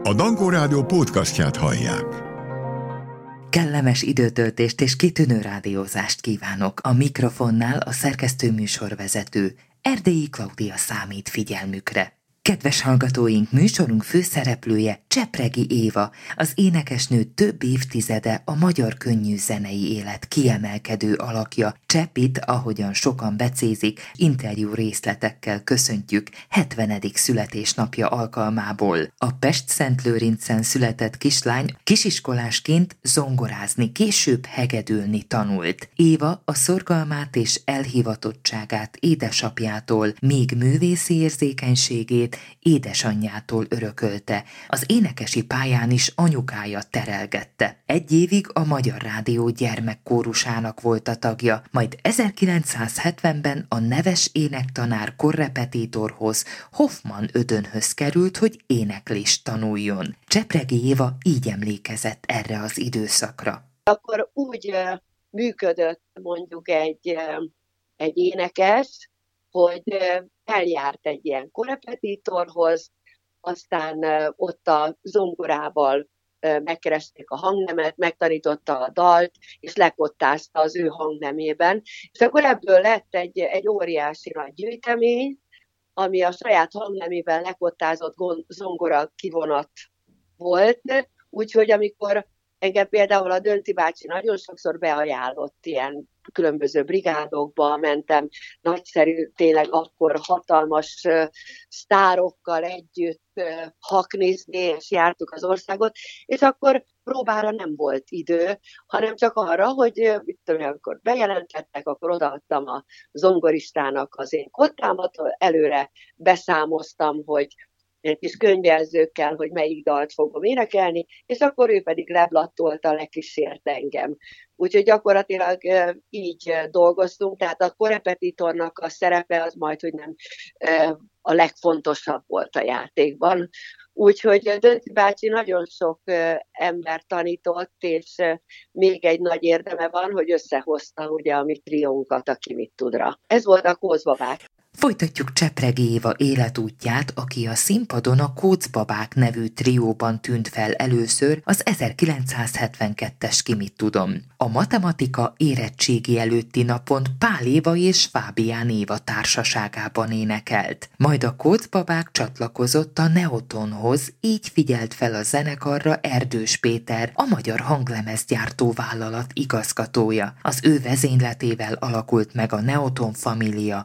A Dankó Rádió podcastját hallják. Kellemes időtöltést és kitűnő rádiózást kívánok. A mikrofonnál a szerkesztő műsorvezető Erdélyi Klaudia számít figyelmükre. Kedves hallgatóink, műsorunk főszereplője Csepregi Éva, az énekesnő több évtizede a magyar könnyű zenei élet kiemelkedő alakja. Csepit, ahogyan sokan becézik, interjú részletekkel köszöntjük 70. születésnapja alkalmából. A Pest-Szentlőrincen született kislány kisiskolásként zongorázni, később hegedülni tanult. Éva a szorgalmát és elhivatottságát édesapjától, míg művészi érzékenységét édesanyjától örökölte. Az énekesi pályán is anyukája terelgette. Egy évig a Magyar Rádió gyermekkórusának volt a tagja, majd 1970-ben a neves énektanár korrepetitorhoz, Hoffmann Ödönhöz került, hogy éneklést tanuljon. Csepregi Éva így emlékezett erre az időszakra. Akkor úgy működött mondjuk egy énekes, hogy eljárt egy ilyen korrepetitorhoz, aztán ott a zongorával megkeresték a hangnemet, megtanította a dalt, és lekottázta az ő hangnemében. És akkor ebből lett egy óriási nagy gyűjtemény, ami a saját hangnemében lekottázott zongora kivonat volt, úgyhogy amikor engem például a Dönti bácsi nagyon sokszor beajánlott ilyen különböző brigádokba, mentem nagyszerű, tényleg akkor hatalmas sztárokkal együtt haknizni, és jártuk az országot, és akkor próbára nem volt idő, hanem csak arra, hogy mit tudom, amikor bejelentettek, akkor odaadtam a zongoristának az én kottámat, előre beszámoztam, hogy egy kis könyvjelzőkkel, hogy melyik dalt fogom énekelni, és akkor ő pedig leblattolta, lekísért engem. Úgyhogy gyakorlatilag így dolgoztunk, tehát a korrepetitornak a szerepe az majdhogy nem a legfontosabb volt a játékban. Úgyhogy Dönti bácsi nagyon sok ember tanított, és még egy nagy érdeme van, hogy összehozta ugye a mi triónkat, aki mit tudra. Ez volt a Kóczbabák. Folytatjuk Csepregi Éva életútját, aki a színpadon a Kóczbabák nevű trióban tűnt fel először az 1972-es Ki mit tudom. A matematika érettségi előtti napon Pál Éva és Fábián Éva társaságában énekelt. Majd a Kóczbabák csatlakozott a Neotonhoz, így figyelt fel a zenekarra Erdős Péter, a Magyar Hanglemezgyártó Vállalat igazgatója. Az ő vezényletével alakult meg a Neoton família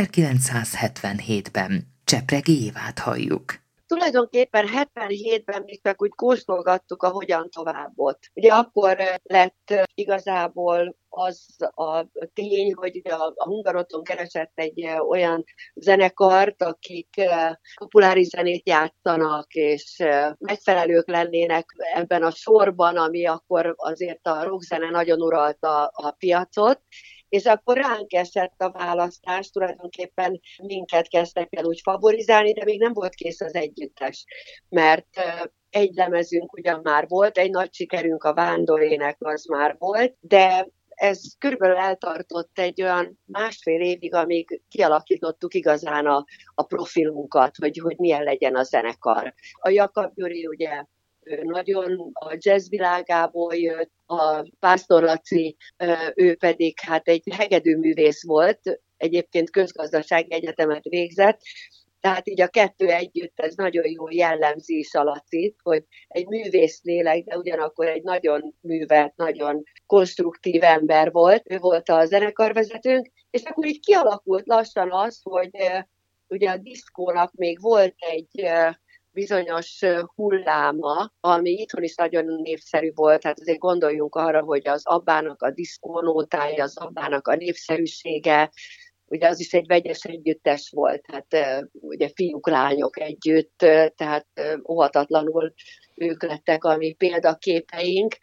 1977-ben. Csepregi Évát halljuk. Tulajdonképpen 77-ben még csak úgy kóstolgattuk a hogyan továbbot. Ugye akkor lett igazából az a tény, hogy ugye a Hungaroton keresett egy olyan zenekart, akik populáris zenét játszanak, és megfelelők lennének ebben a sorban, ami akkor azért a rockzene nagyon uralta a piacot, és akkor ránk esett a választás, tulajdonképpen minket kezdtek el úgy favorizálni, de még nem volt kész az együttes, mert egy lemezünk ugyan már volt, egy nagy sikerünk a Vándorének az már volt, de ez körülbelül eltartott egy olyan másfél évig, amíg kialakítottuk igazán a profilunkat, hogy milyen legyen a zenekar. A Jakab Gyuri ugye nagyon a jazz világából jött, a Pásztor Laci, ő pedig hát egy hegedűművész volt, egyébként közgazdasági egyetemet végzett, tehát így a kettő együtt ez nagyon jól jellemzi is a Lacit, hogy egy művész lélek, de ugyanakkor egy nagyon művelt, nagyon konstruktív ember volt. Ő volt a zenekarvezetőnk, és akkor így kialakult lassan az, hogy ugye a diszkónak még volt egy bizonyos hulláma, ami itthon is nagyon népszerű volt, hát azért gondoljunk arra, hogy az Abbának a diszkónótája, az Abbának a népszerűsége, ugye az is egy vegyes együttes volt, hát ugye fiúk, lányok együtt, tehát óhatatlanul ők lettek a mi példaképeink.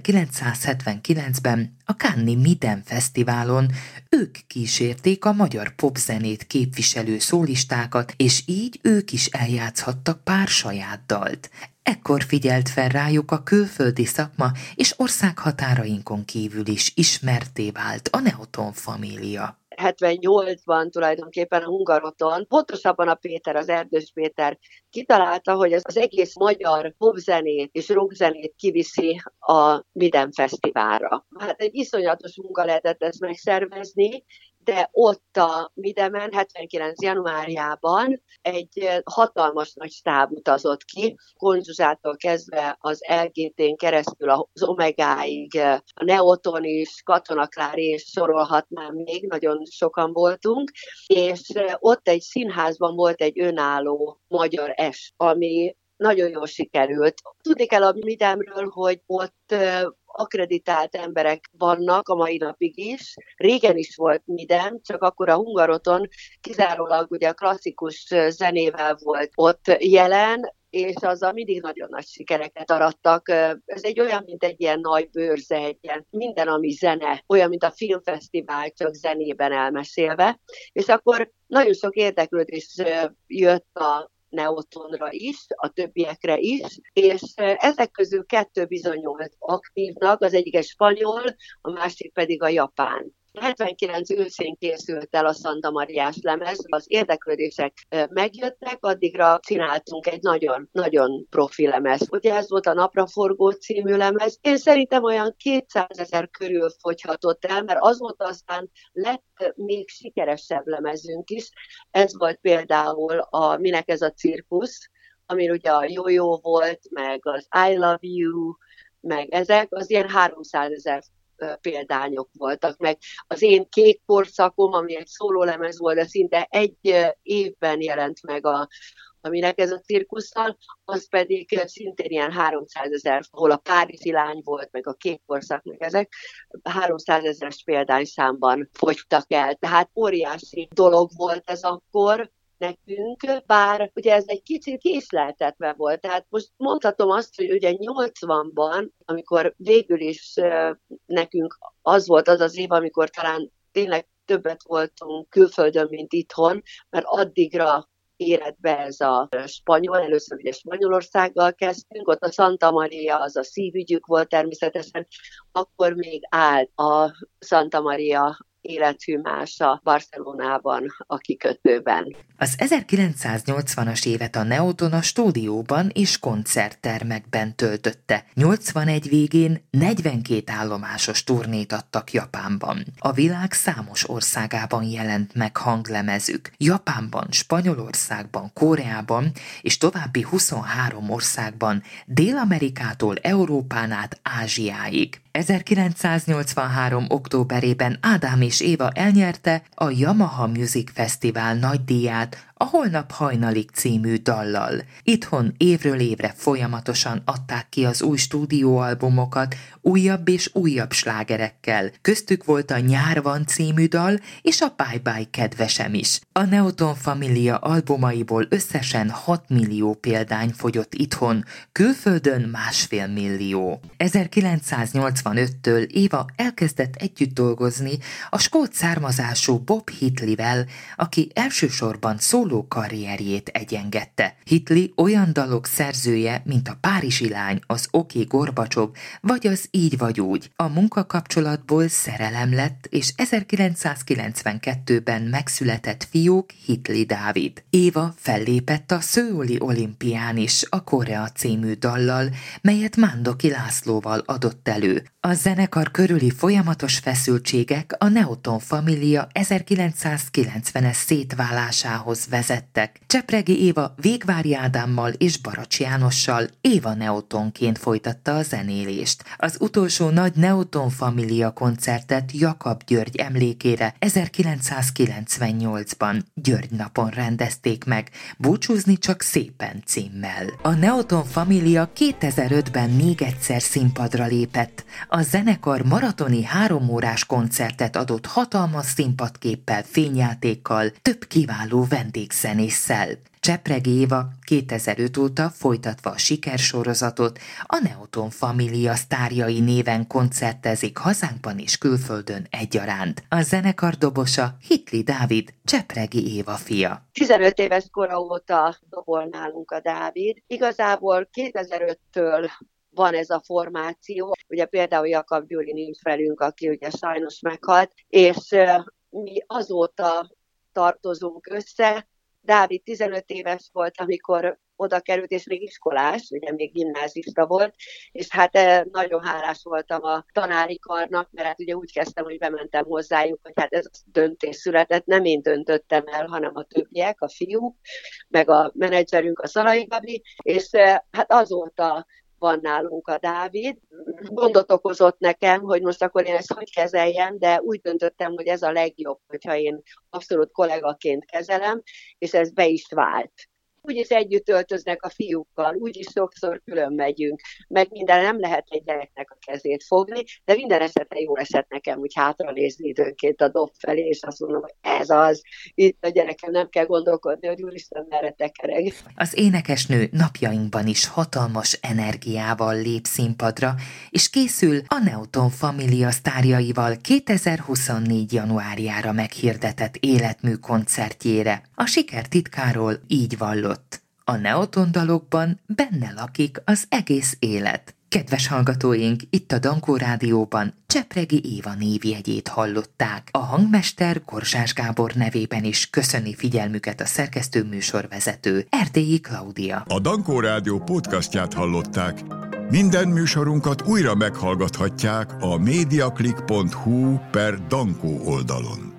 1979-ben a Cannes-i Miden Fesztiválon ők kísérték a magyar popzenét képviselő szólistákat, és így ők is eljátszhattak pár saját dalt. Ekkor figyelt fel rájuk a külföldi szakma, és országhatárainkon kívül is ismertté vált a Neoton família. 78-ban tulajdonképpen a Hungaroton, pontosabban a Péter, az Erdős Péter kitalálta, hogy az egész magyar popzenét és rockzenét kiviszi a Midem Fesztiválra. Hát egy iszonyatos munka lehetett ezt megszervezni, de ott a Midemen 79. januárjában egy hatalmas nagy stáb utazott ki, Konzsuzsától kezdve az LGT-n keresztül az Omegáig, a Neoton is, Katona Klári, és sorolhatnám még, nagyon sokan voltunk, és ott egy színházban volt egy önálló magyar es, ami nagyon jól sikerült. Tudni kell a Midemről, hogy ott akkreditált emberek vannak a mai napig is. Régen is volt Midem, csak akkor a Hungaroton kizárólag ugye a klasszikus zenével volt ott jelen, és azzal mindig nagyon nagy sikereket arattak. Ez egy olyan, mint egy ilyen nagy bőrze, egy ilyen minden, ami zene, olyan, mint a filmfesztivál, csak zenében elmesélve. És akkor nagyon sok érdeklődés jött a Neotonra is, a többiekre is, és ezek közül 2 bizonyult aktívnak, az egyik egy spanyol, a másik pedig a japán. 79 őszén készült el a Santa Mariás lemez, az érdeklődések megjöttek, addigra csináltunk egy nagyon profi lemez. Ugye ez volt a Napraforgó című lemez. Én szerintem olyan 200 000 körül fogyhatott el, mert azóta aztán lett még sikeresebb lemezünk is. Ez volt például a Minek ez a cirkusz, ami ugye a Jó-Jó volt, meg az I Love You, meg ezek, az ilyen 300 000 példányok voltak, meg az én Kék korszakom, ami egy szólólemez volt, de szinte egy évben jelent meg aminek ez a cirkusszal, az pedig szintén ilyen 300 000, ahol a Párizsi lány volt, meg a Kék korszak, meg ezek 300 000-es példányszámban fogytak el. Tehát óriási dolog volt ez akkor nekünk, bár ugye ez egy kicsit késleltetve volt. Tehát most mondhatom azt, hogy ugye 80-ban, amikor végül is nekünk az volt az az év, amikor talán tényleg többet voltunk külföldön, mint itthon, mert addigra érett be ez a spanyol, először ugye Spanyolországgal kezdtünk, ott a Santa Maria, az a szívügyük volt természetesen, akkor még állt a Santa Maria élethűmása Barcelonában, a kikötőben. Az 1980-as évet a Neoton a stúdióban és koncerttermekben töltötte. 81 végén 42 állomásos turnét adtak Japánban. A világ számos országában jelent meg hanglemezük. Japánban, Spanyolországban, Koreában és további 23 országban, Dél-Amerikától Európán át Ázsiáig. 1983. októberében Ádám és Éva elnyerte a Yamaha Music Festival nagydíját a Holnap hajnalig című dallal. Itthon évről évre folyamatosan adták ki az új stúdióalbumokat újabb és újabb slágerekkel. Köztük volt a Nyár van című dal és a Bye Bye kedvesem is. A Neoton Família albumaiból összesen 6 millió példány fogyott itthon, külföldön 1,5 millió. 1985-től Éva elkezdett együtt dolgozni a skót származású Bob Hitley-vel, aki elsősorban szóló karrierjét egyengette. Hitley olyan dalok szerzője, mint a Párizsi lány, az Oké Gorbacsov, vagy az Így vagy úgy. A munkakapcsolatból szerelem lett, és 1992-ben megszületett fiúk Hitley Dávid. Éva fellépett a Szöuli olimpián is a Korea című dallal, melyet Mándoki Lászlóval adott elő. A zenekar körüli folyamatos feszültségek a Neoton Família 1990-es szétválásához vezettek. Csepregi Éva Végvári Ádámmal és Baracs Jánossal Éva Neotonként folytatta a zenélést. Az utolsó nagy Neoton Família koncertet Jakab György emlékére 1998-ban György napon rendezték meg, Búcsúzni csak szépen címmel. A Neoton Família 2005-ben még egyszer színpadra lépett. A zenekar maratoni 3 órás koncertet adott hatalmas színpadképpel, fényjátékkal, több kiváló vendégzenésszel. Csepregi Éva 2005 óta folytatva a sikersorozatot a Neoton Família sztárjai néven koncertezik hazánkban és külföldön egyaránt. A zenekar dobosa Hitley Dávid, Csepregi Éva fia. 15 éves kora óta dobol nálunk a Dávid. Igazából 2005-től van ez a formáció. Ugye például Jakab Gyuri nincs velünk, aki ugye sajnos meghalt, és mi azóta tartozunk össze. Dávid 15 éves volt, amikor oda került, és még iskolás, ugye még gimnázista volt, és hát nagyon hálás voltam a tanári karnak, mert hát ugye úgy kezdtem, hogy bementem hozzájuk, hogy hát ez a döntés született, nem én döntöttem el, hanem a többiek, a fiúk, meg a menedzserünk, a Szalai Gabi, és hát azóta van nálunk a Dávid. Gondot okozott nekem, hogy most akkor én ezt hogy kezeljem, de úgy döntöttem, hogy ez a legjobb, hogyha én abszolút kollégaként kezelem, és ez be is vált. Úgyis együtt öltöznek a fiúkkal, úgyis sokszor külön megyünk, meg minden, nem lehet egy gyereknek a kezét fogni, de minden esetre jól esett nekem úgy hátranézni időnként a dob felé, és azt mondom, hogy ez az, itt a gyerekem nem kell gondolkodni, hogy úristen, merre tekereg. Az énekesnő napjainkban is hatalmas energiával lép színpadra, és készül a Neoton Família sztárjaival 2024. januárjára meghirdetett életmű koncertjére. A siker titkáról így vallott: a Neoton dalokban benne lakik az egész élet. Kedves hallgatóink, itt a Dankó Rádióban Csepregi Éva névjegyét hallották. A hangmester Korzsás Gábor nevében is köszöni figyelmüket a szerkesztő műsorvezető, Erdélyi Klaudia. A Dankó Rádió podcastját hallották. Minden műsorunkat újra meghallgathatják a mediaclick.hu/Dankó oldalon.